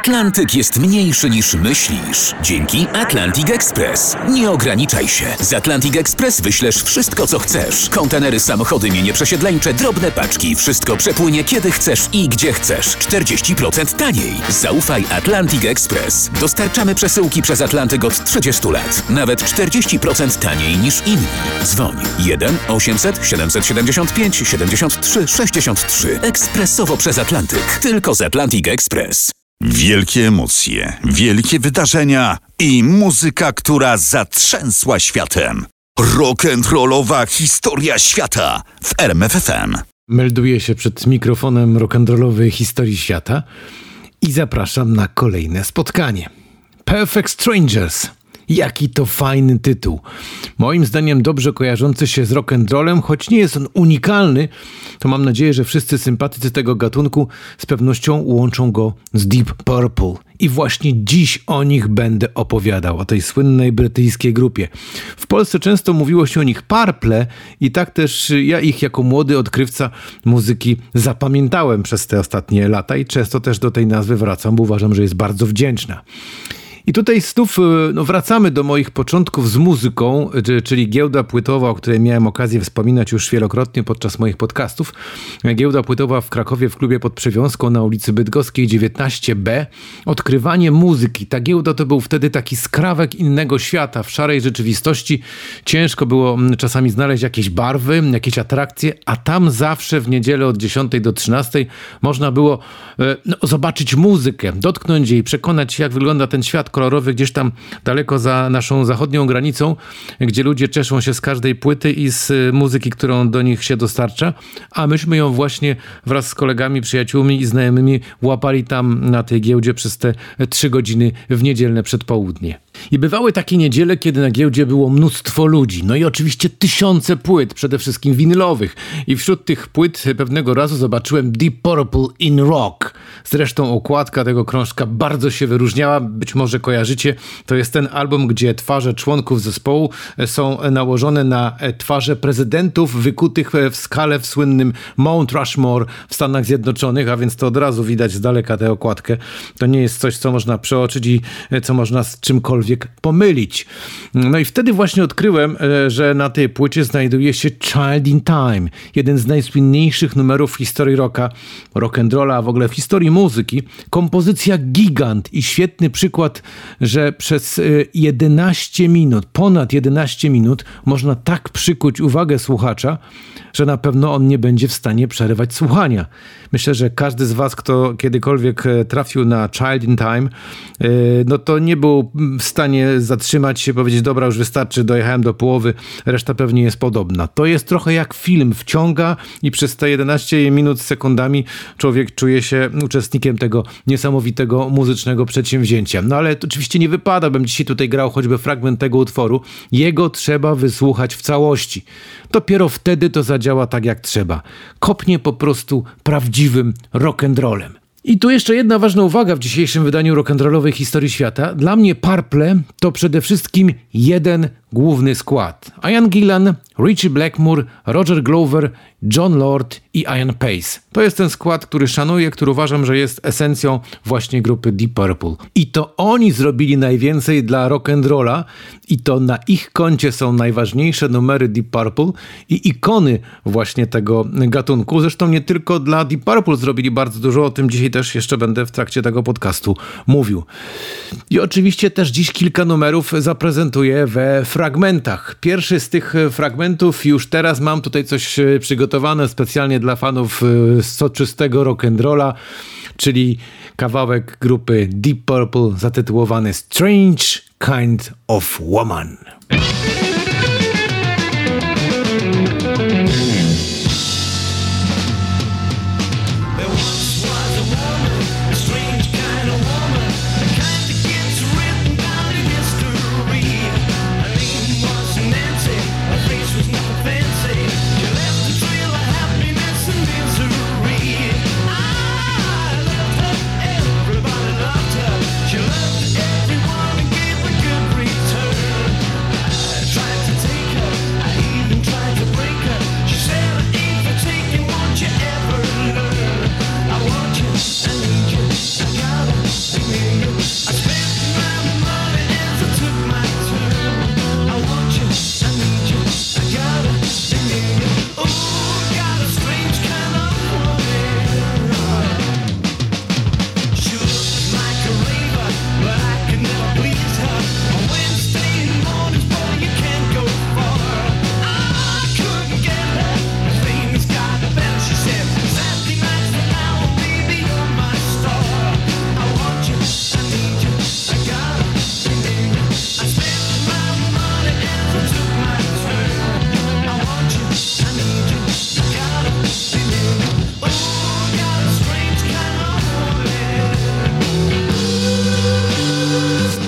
Atlantyk jest mniejszy niż myślisz. Dzięki Atlantic Express. Nie ograniczaj się. Z Atlantic Express wyślesz wszystko, co chcesz. Kontenery, samochody, mienie przesiedleńcze, drobne paczki. Wszystko przepłynie kiedy chcesz i gdzie chcesz. 40% taniej. Zaufaj Atlantic Express. Dostarczamy przesyłki przez Atlantyk od 30 lat. Nawet 40% taniej niż inni. Dzwoń 1 800 775 73 63. Ekspresowo przez Atlantyk. Tylko z Atlantic Express. Wielkie emocje, wielkie wydarzenia i muzyka, która zatrzęsła światem. Rock'n'rollowa historia świata w RMF FM. Melduję się przed mikrofonem rock'n'rollowej historii świata i zapraszam na kolejne spotkanie. Perfect Strangers. Jaki to fajny tytuł. Moim zdaniem dobrze kojarzący się z rock'n'rollem, choć nie jest on unikalny, to mam nadzieję, że wszyscy sympatycy tego gatunku z pewnością łączą go z Deep Purple. I właśnie dziś o nich będę opowiadał, o tej słynnej brytyjskiej grupie. W Polsce często mówiło się o nich Purple i tak też ja ich jako młody odkrywca muzyki zapamiętałem przez te ostatnie lata i często też do tej nazwy wracam, bo uważam, że jest bardzo wdzięczna. I tutaj znów wracamy do moich początków z muzyką, czyli giełda płytowa, o której miałem okazję wspominać już wielokrotnie podczas moich podcastów. Giełda płytowa w Krakowie w klubie pod Przewiązką na ulicy Bydgoskiej 19B. Odkrywanie muzyki. Ta giełda to był wtedy taki skrawek innego świata. W szarej rzeczywistości ciężko było czasami znaleźć jakieś barwy, jakieś atrakcje, a tam zawsze w niedzielę od 10 do 13 można było zobaczyć muzykę, dotknąć jej, przekonać się, jak wygląda ten świat kolorowy gdzieś tam daleko za naszą zachodnią granicą, gdzie ludzie cieszą się z każdej płyty i z muzyki, którą do nich się dostarcza, a myśmy ją właśnie wraz z kolegami, przyjaciółmi i znajomymi łapali tam na tej giełdzie przez te 3 godziny w niedzielne przedpołudnie. I bywały takie niedziele, kiedy na giełdzie było mnóstwo ludzi. No i oczywiście tysiące płyt, przede wszystkim winylowych. I wśród tych płyt pewnego razu zobaczyłem Deep Purple in Rock. Zresztą okładka tego krążka bardzo się wyróżniała. Być może kojarzycie. To jest ten album, gdzie twarze członków zespołu są nałożone na twarze prezydentów wykutych w skale w słynnym Mount Rushmore w Stanach Zjednoczonych, a więc to od razu widać z daleka tę okładkę. To nie jest coś, co można przeoczyć i co można z czymkolwiek pomylić. No i wtedy właśnie odkryłem, że na tej płycie znajduje się Child in Time, jeden z najsłynniejszych numerów w historii rocka, rock'n'rolla, a w ogóle w historii muzyki. Kompozycja gigant i świetny przykład, że przez 11 minut, ponad 11 minut można tak przykuć uwagę słuchacza, że na pewno on nie będzie w stanie przerywać słuchania. Myślę, że każdy z was, kto kiedykolwiek trafił na Child in Time, no to nie był w stanie zatrzymać się, powiedzieć, dobra, już wystarczy, dojechałem do połowy, reszta pewnie jest podobna. To jest trochę jak film, wciąga i przez te 11 minut z sekundami człowiek czuje się uczestnikiem tego niesamowitego muzycznego przedsięwzięcia. No ale oczywiście nie wypada, bym dzisiaj tutaj grał choćby fragment tego utworu. Jego trzeba wysłuchać w całości. Dopiero wtedy to zadziała tak jak trzeba. Kopnie po prostu prawdziwym rock'n'rollem. I tu jeszcze jedna ważna uwaga w dzisiejszym wydaniu rock'n'rollowej historii świata. Dla mnie Purple to przede wszystkim jeden główny skład. Ian Gillan, Ritchie Blackmore, Roger Glover, Jon Lord i Ian Pace. To jest ten skład, który szanuję, który uważam, że jest esencją właśnie grupy Deep Purple. I to oni zrobili najwięcej dla rock'n'rolla i to na ich koncie są najważniejsze numery Deep Purple i ikony właśnie tego gatunku. Zresztą nie tylko dla Deep Purple zrobili bardzo dużo, o tym dzisiaj też jeszcze będę w trakcie tego podcastu mówił. I oczywiście też dziś kilka numerów zaprezentuję we fragmentach. Pierwszy z tych fragmentów, już teraz mam tutaj coś przygotowane specjalnie dla fanów soczystego rock'n'rolla, czyli kawałek grupy Deep Purple zatytułowany Strange Kind of Woman.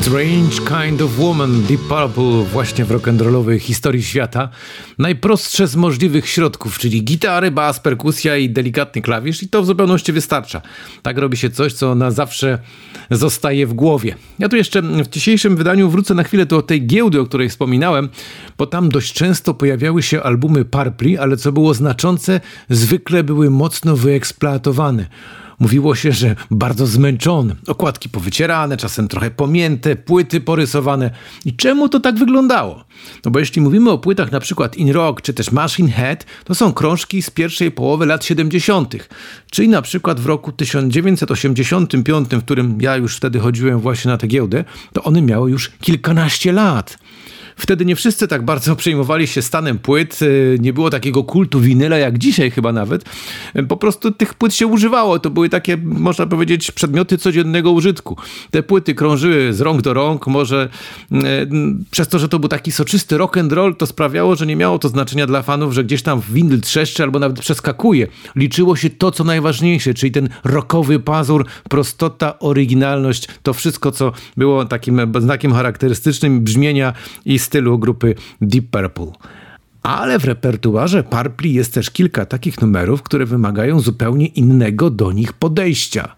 Strange Kind of Woman, Deep Purple, właśnie w rock'n'rollowej historii świata. Najprostsze z możliwych środków, czyli gitary, bas, perkusja i delikatny klawisz i to w zupełności wystarcza. Tak robi się coś, co na zawsze zostaje w głowie. Ja tu jeszcze w dzisiejszym wydaniu wrócę na chwilę do tej giełdy, o której wspominałem, bo tam dość często pojawiały się albumy Purple, ale co było znaczące, zwykle były mocno wyeksploatowane. Mówiło się, że bardzo zmęczone, okładki powycierane, czasem trochę pomięte, płyty porysowane. I czemu to tak wyglądało? No bo jeśli mówimy o płytach na przykład In Rock czy też Machine Head, to są krążki z pierwszej połowy lat 70. Czyli na przykład w roku 1985, w którym ja już wtedy chodziłem właśnie na tę giełdę, to one miały już kilkanaście lat. Wtedy nie wszyscy tak bardzo przejmowali się stanem płyt, nie było takiego kultu winyla jak dzisiaj chyba nawet. Po prostu tych płyt się używało, to były takie, można powiedzieć, przedmioty codziennego użytku. Te płyty krążyły z rąk do rąk, może przez to, że to był taki soczysty rock and roll, to sprawiało, że nie miało to znaczenia dla fanów, że gdzieś tam winyl trzeszczy albo nawet przeskakuje. Liczyło się to, co najważniejsze, czyli ten rockowy pazur, prostota, oryginalność, to wszystko, co było takim znakiem charakterystycznym brzmienia i stylu grupy Deep Purple. Ale w repertuarze Purple jest też kilka takich numerów, które wymagają zupełnie innego do nich podejścia.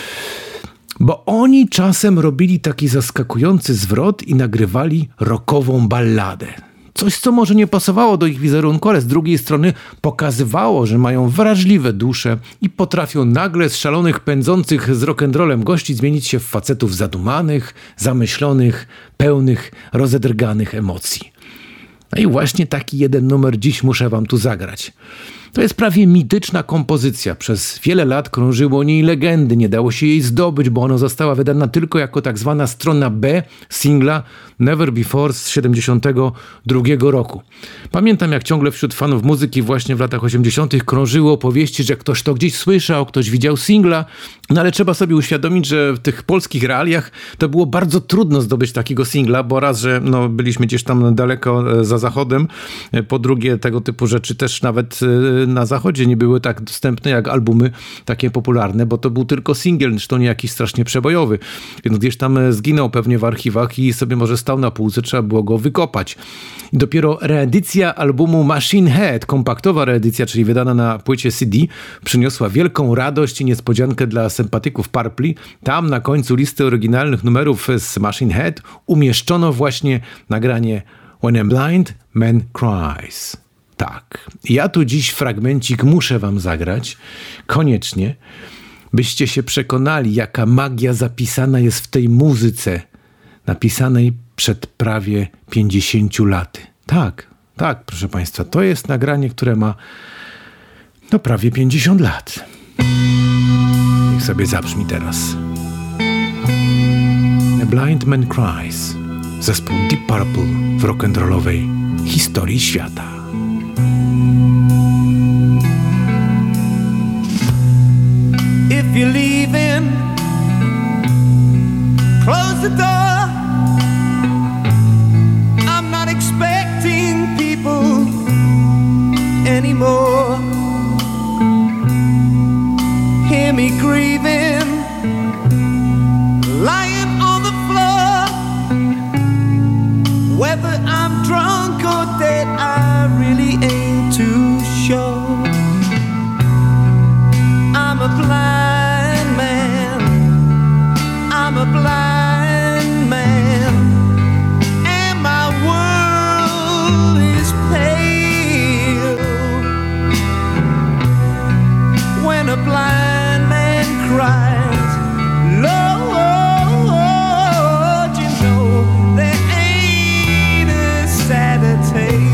Bo oni czasem robili taki zaskakujący zwrot i nagrywali rockową balladę. Coś, co może nie pasowało do ich wizerunku, ale z drugiej strony pokazywało, że mają wrażliwe dusze i potrafią nagle z szalonych, pędzących z rock'n'rollem gości zmienić się w facetów zadumanych, zamyślonych, pełnych, rozedrganych emocji. No i właśnie taki jeden numer dziś muszę wam tu zagrać. To jest prawie mityczna kompozycja. Przez wiele lat krążyły o niej legendy. Nie dało się jej zdobyć, bo ona została wydana tylko jako tak zwana strona B singla Never Before z 72 roku. Pamiętam, jak ciągle wśród fanów muzyki właśnie w latach 80. krążyły opowieści, że ktoś to gdzieś słyszał, ktoś widział singla. No ale trzeba sobie uświadomić, że w tych polskich realiach to było bardzo trudno zdobyć takiego singla, bo raz, że byliśmy gdzieś tam daleko za zachodem, po drugie tego typu rzeczy też nawet na zachodzie nie były tak dostępne jak albumy takie popularne, bo to był tylko singiel, zresztą nie jakiś strasznie przebojowy, więc gdzieś tam zginął pewnie w archiwach i sobie może stał na półce, trzeba było go wykopać. I dopiero reedycja albumu Machine Head, kompaktowa reedycja, czyli wydana na płycie CD, przyniosła wielką radość i niespodziankę dla sympatyków Purple. Tam na końcu listy oryginalnych numerów z Machine Head umieszczono właśnie nagranie When a Blind Man Cries. Tak, ja tu dziś fragmencik muszę wam zagrać, koniecznie, byście się przekonali, jaka magia zapisana jest w tej muzyce, napisanej przed prawie 50 laty. Tak, proszę państwa, to jest nagranie, które ma prawie 50 lat. Niech sobie zabrzmi teraz. A Blind Man Cries, zespół Deep Purple w rock'n'rollowej historii świata. If you're leaving, close the door. I'm not expecting people anymore. Hear me grieving, lying on the floor. Whether I'm drunk or dead, I really ain't too sure. I'm a blind man, I'm a blind man, and my world is pale. When a blind man cries, Lord, you know there ain't a sadder tale.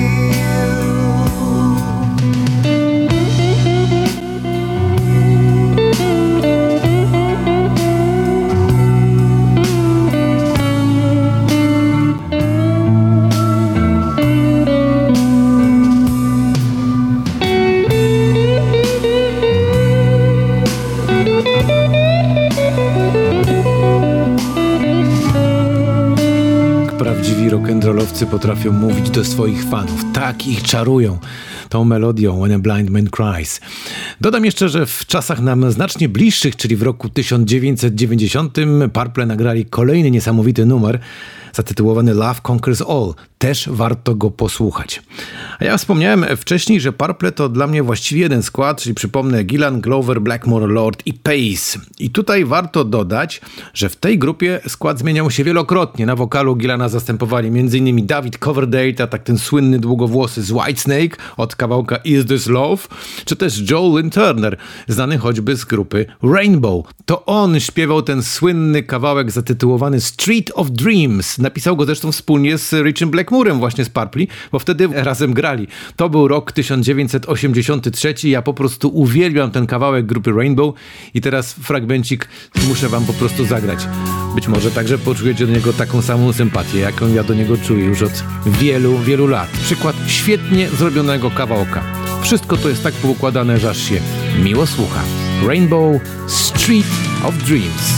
Rock'n'rollowcy potrafią mówić do swoich fanów. Tak ich czarują tą melodią When a Blind Man Cries. Dodam jeszcze, że w czasach nam znacznie bliższych, czyli w roku 1990, Purple nagrali kolejny niesamowity numer zatytułowany Love Conquers All. Też warto go posłuchać. A ja wspomniałem wcześniej, że Purple to dla mnie właściwie jeden skład, czyli przypomnę Gillan, Glover, Blackmore, Lord i Pace. I tutaj warto dodać, że w tej grupie skład zmieniał się wielokrotnie. Na wokalu Gillana zastępowali m.in. David Coverdale, a tak ten słynny długowłosy z Whitesnake od kawałka Is This Love, czy też Joel Lynn Turner, znany choćby z grupy Rainbow. To on śpiewał ten słynny kawałek zatytułowany Street of Dreams. Napisał go zresztą wspólnie z Richem Blackmurem właśnie z Purple, bo wtedy razem grali. To był rok 1983. Ja po prostu uwielbiam ten kawałek grupy Rainbow i teraz fragmencik muszę wam po prostu zagrać. Być może także poczujecie do niego taką samą sympatię, jaką ja do niego czuję już od wielu, wielu lat. Przykład świetnie zrobionego kawałka. Wszystko to jest tak poukładane, że aż się miło słucha. Rainbow, Street of Dreams.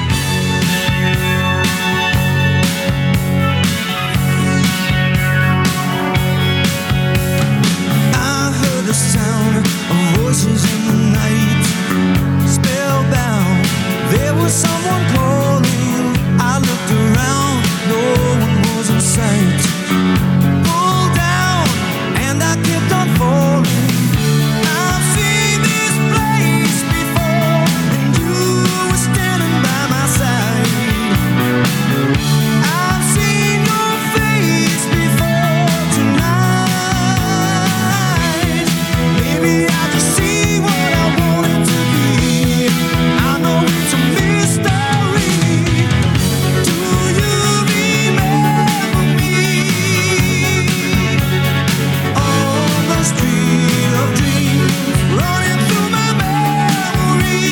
The sound of voices in the night, spellbound. There was someone calling. I looked around, no one was in sight. Pulled down, and I kept on falling. I've seen this place before, and you were standing by my side. I've seen your face before tonight. Maybe I just see what I want it to be. I know it's a mystery. Do you remember me? On the street of dreams, running through my memory.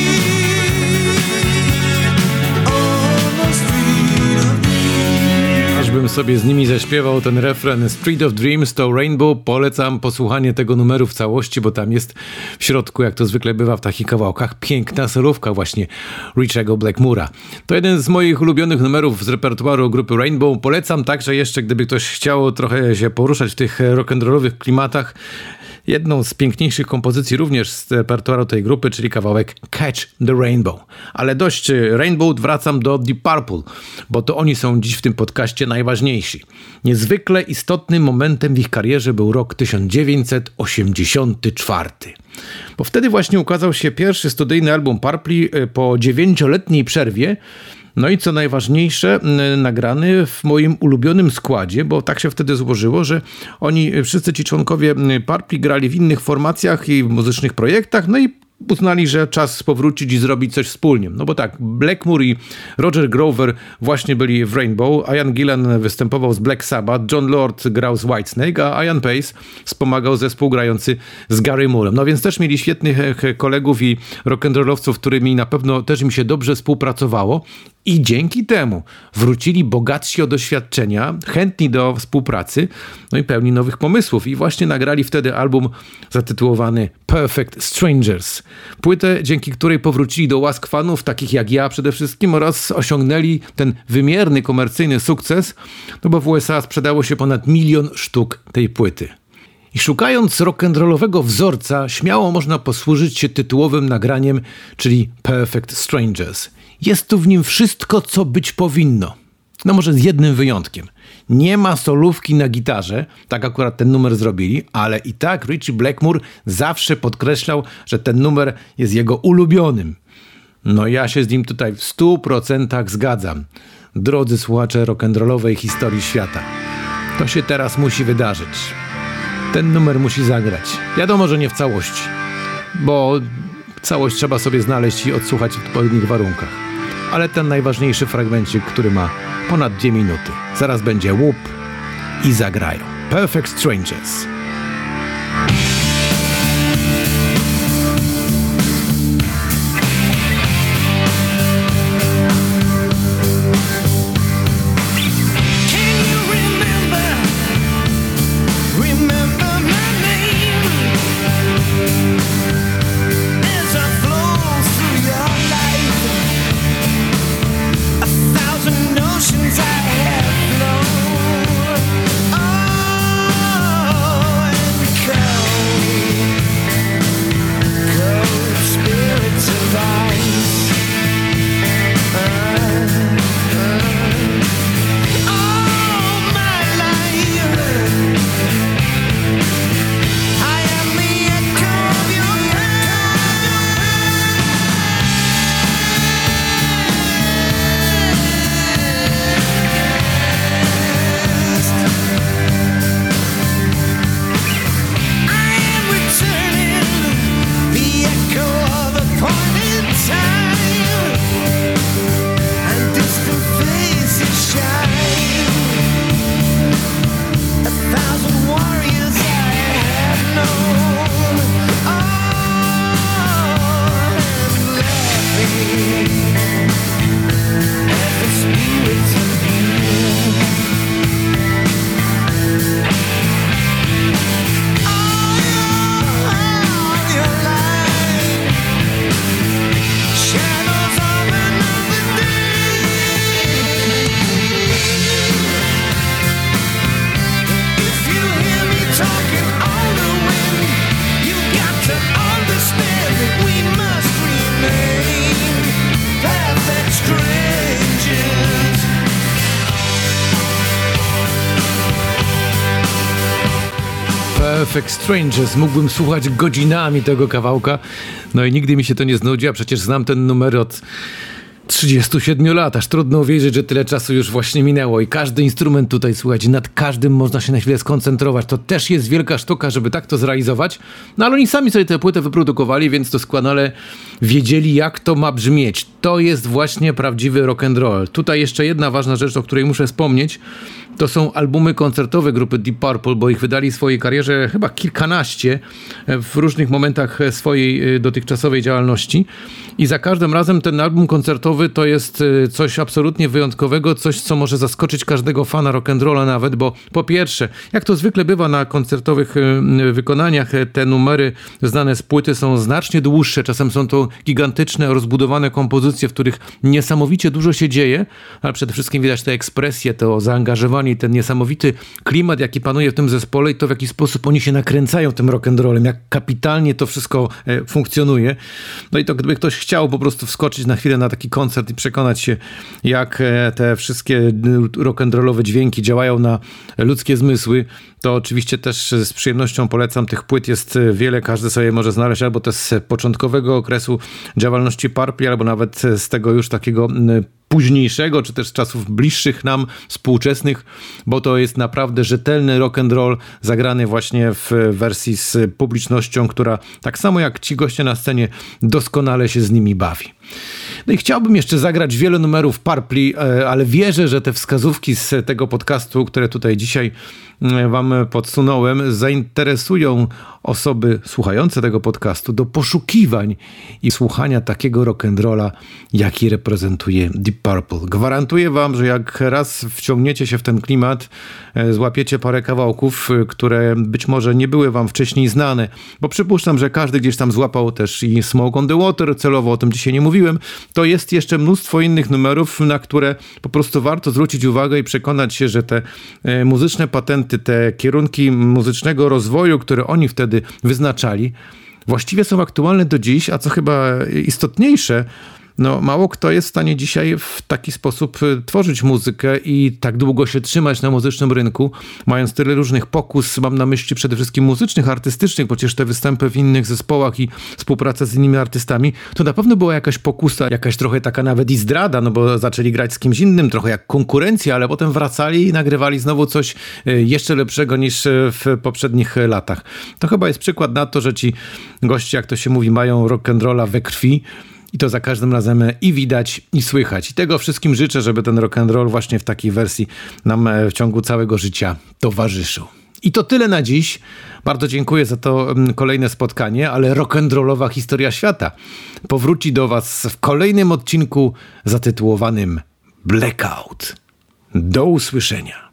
On the street of dreams. Ażbym sobie z nimi zaśpiewał ten refren Street of Dreams to Rainbow, polecam posłuchanie tego numeru w całości, bo tam jest w środku, jak to zwykle bywa w takich kawałkach, piękna solówka właśnie Richego Blackmura. To jeden z moich ulubionych numerów z repertuaru grupy Rainbow. Polecam także jeszcze, gdyby ktoś chciał trochę się poruszać w tych rock'n'rollowych klimatach, jedną z piękniejszych kompozycji również z repertuaru tej grupy, czyli kawałek Catch the Rainbow. Ale dość Rainbow, wracam do Deep Purple, bo to oni są dziś w tym podcaście najważniejsi. Niezwykle istotnym momentem w ich karierze był rok 1984. Bo wtedy właśnie ukazał się pierwszy studyjny album Purple po 9-letniej przerwie. No i co najważniejsze, nagrany w moim ulubionym składzie, bo tak się wtedy złożyło, że oni, wszyscy ci członkowie Purple grali w innych formacjach i w muzycznych projektach, no i uznali, że czas powrócić i zrobić coś wspólnie. No bo tak, Blackmore i Roger Glover właśnie byli w Rainbow, Ian Gillan występował z Black Sabbath, John Lord grał z Whitesnake, a Ian Pace wspomagał zespół grający z Gary Moorem. No więc też mieli świetnych kolegów i rock'n'rollowców, którymi na pewno też im się dobrze współpracowało i dzięki temu wrócili bogatsi o doświadczenia, chętni do współpracy, no i pełni nowych pomysłów. I właśnie nagrali wtedy album zatytułowany Perfect Strangers. Płytę, dzięki której powrócili do łask fanów, takich jak ja przede wszystkim, oraz osiągnęli ten wymierny komercyjny sukces, no bo w USA sprzedało się ponad 1 000 000 sztuk tej płyty. I szukając rock'n'rollowego wzorca, śmiało można posłużyć się tytułowym nagraniem, czyli Perfect Strangers. Jest tu w nim wszystko, co być powinno. No może z jednym wyjątkiem. Nie ma solówki na gitarze, tak akurat ten numer zrobili, ale i tak Richie Blackmore zawsze podkreślał, że ten numer jest jego ulubionym. No ja się z nim tutaj w 100% zgadzam. Drodzy słuchacze rock'n'rollowej historii świata, to się teraz musi wydarzyć. Ten numer musi zagrać. Wiadomo, że nie w całości, bo całość trzeba sobie znaleźć i odsłuchać w odpowiednich warunkach. Ale ten najważniejszy fragmencik, który ma ponad 2 minuty. Zaraz będzie łup i zagrają. Perfect Strangers. Oceans I have flown. Oh, Perfect Strangers. Mógłbym słuchać godzinami tego kawałka, no i nigdy mi się to nie znudzi, a przecież znam ten numer od 37 lat, aż trudno uwierzyć, że tyle czasu już właśnie minęło i każdy instrument tutaj, słuchajcie, nad każdym można się na chwilę skoncentrować. To też jest wielka sztuka, żeby tak to zrealizować, no ale oni sami sobie tę płytę wyprodukowali, więc doskonale wiedzieli, jak to ma brzmieć. To jest właśnie prawdziwy rock and roll. Tutaj jeszcze jedna ważna rzecz, o której muszę wspomnieć, to są albumy koncertowe grupy Deep Purple, bo ich wydali w swojej karierze chyba kilkanaście w różnych momentach swojej dotychczasowej działalności i za każdym razem ten album koncertowy to jest coś absolutnie wyjątkowego, coś, co może zaskoczyć każdego fana rock'n'rolla nawet, bo po pierwsze, jak to zwykle bywa na koncertowych wykonaniach, te numery znane z płyty są znacznie dłuższe, czasem są to gigantyczne, rozbudowane kompozycje, w których niesamowicie dużo się dzieje, ale przede wszystkim widać tę ekspresję, to zaangażowanie i ten niesamowity klimat, jaki panuje w tym zespole i to, w jaki sposób oni się nakręcają tym rock'n'rollem, jak kapitalnie to wszystko funkcjonuje. No i to gdyby ktoś chciał po prostu wskoczyć na chwilę na taki koncert i przekonać się, jak te wszystkie rock'n'rollowe dźwięki działają na ludzkie zmysły, to oczywiście też z przyjemnością polecam. Tych płyt jest wiele, każdy sobie może znaleźć albo to z początkowego okresu działalności Purple, albo nawet z tego już takiego późniejszego, czy też z czasów bliższych nam, współczesnych, bo to jest naprawdę rzetelny rock'n'roll zagrany właśnie w wersji z publicznością, która tak samo jak ci goście na scenie doskonale się z nimi bawi. No i chciałbym jeszcze zagrać wiele numerów Purple, ale wierzę, że te wskazówki z tego podcastu, które tutaj dzisiaj wam podsunąłem, zainteresują osoby słuchające tego podcastu do poszukiwań i słuchania takiego rock'n'rolla, jaki reprezentuje Deep Purple. Gwarantuję wam, że jak raz wciągniecie się w ten klimat, złapiecie parę kawałków, które być może nie były wam wcześniej znane, bo przypuszczam, że każdy gdzieś tam złapał też i Smoke on the Water, celowo o tym dzisiaj nie mówiłem. To jest jeszcze mnóstwo innych numerów, na które po prostu warto zwrócić uwagę i przekonać się, że te muzyczne patenty, te kierunki muzycznego rozwoju, które oni wtedy wyznaczali, właściwie są aktualne do dziś, a co chyba istotniejsze, no mało kto jest w stanie dzisiaj w taki sposób tworzyć muzykę i tak długo się trzymać na muzycznym rynku, mając tyle różnych pokus, mam na myśli przede wszystkim muzycznych, artystycznych, bo przecież te występy w innych zespołach i współpraca z innymi artystami, to na pewno była jakaś pokusa, jakaś trochę taka nawet i zdrada, no bo zaczęli grać z kimś innym, trochę jak konkurencja, ale potem wracali i nagrywali znowu coś jeszcze lepszego niż w poprzednich latach. To chyba jest przykład na to, że ci goście, jak to się mówi, mają rock'n'rolla we krwi. I to za każdym razem i widać, i słychać. I tego wszystkim życzę, żeby ten rock'n'roll właśnie w takiej wersji nam w ciągu całego życia towarzyszył. I to tyle na dziś. Bardzo dziękuję za to kolejne spotkanie, ale rock'n'rollowa historia świata powróci do was w kolejnym odcinku zatytułowanym Blackout. Do usłyszenia.